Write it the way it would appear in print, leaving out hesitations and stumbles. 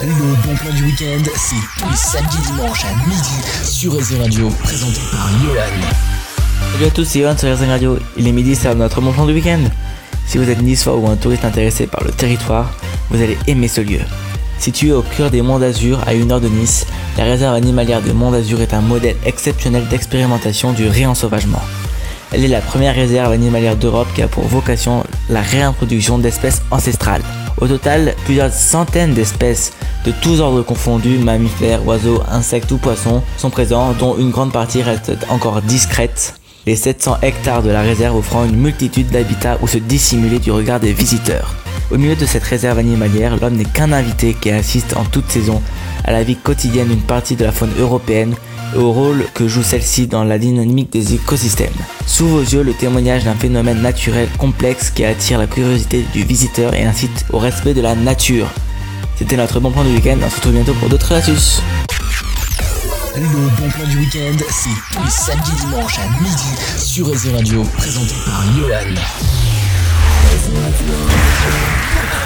Le bon plan du week-end, c'est tous les samedis et dimanches à midi sur Raisin Radio, présenté par Yohan. Salut à tous, c'est Yohan sur Raisin Radio. Il est midi, c'est notre bon plan du week-end. Si vous êtes niçois ou un touriste intéressé par le territoire, vous allez aimer ce lieu. Situé au cœur des Monts d'Azur, à 1 heure de Nice, la réserve animalière des Monts d'Azur est un modèle exceptionnel d'expérimentation du réensauvagement. Elle est la première réserve animalière d'Europe qui a pour vocation la réintroduction d'espèces ancestrales. Au total, plusieurs centaines d'espèces de tous ordres confondus, mammifères, oiseaux, insectes ou poissons, sont présents, dont une grande partie reste encore discrète. Les 700 hectares de la réserve offrant une multitude d'habitats où se dissimuler du regard des visiteurs. Au milieu de cette réserve animalière, l'homme n'est qu'un invité qui assiste en toute saison à la vie quotidienne d'une partie de la faune européenne et au rôle que joue celle-ci dans la dynamique des écosystèmes. Sous vos yeux, le témoignage d'un phénomène naturel complexe qui attire la curiosité du visiteur et incite au respect de la nature. C'était notre bon plan du week-end, on se retrouve bientôt pour d'autres astuces. Le bon plan du week-end, c'est tous les samedis et dimanches à midi sur Raisin Radio, présenté par Yohan.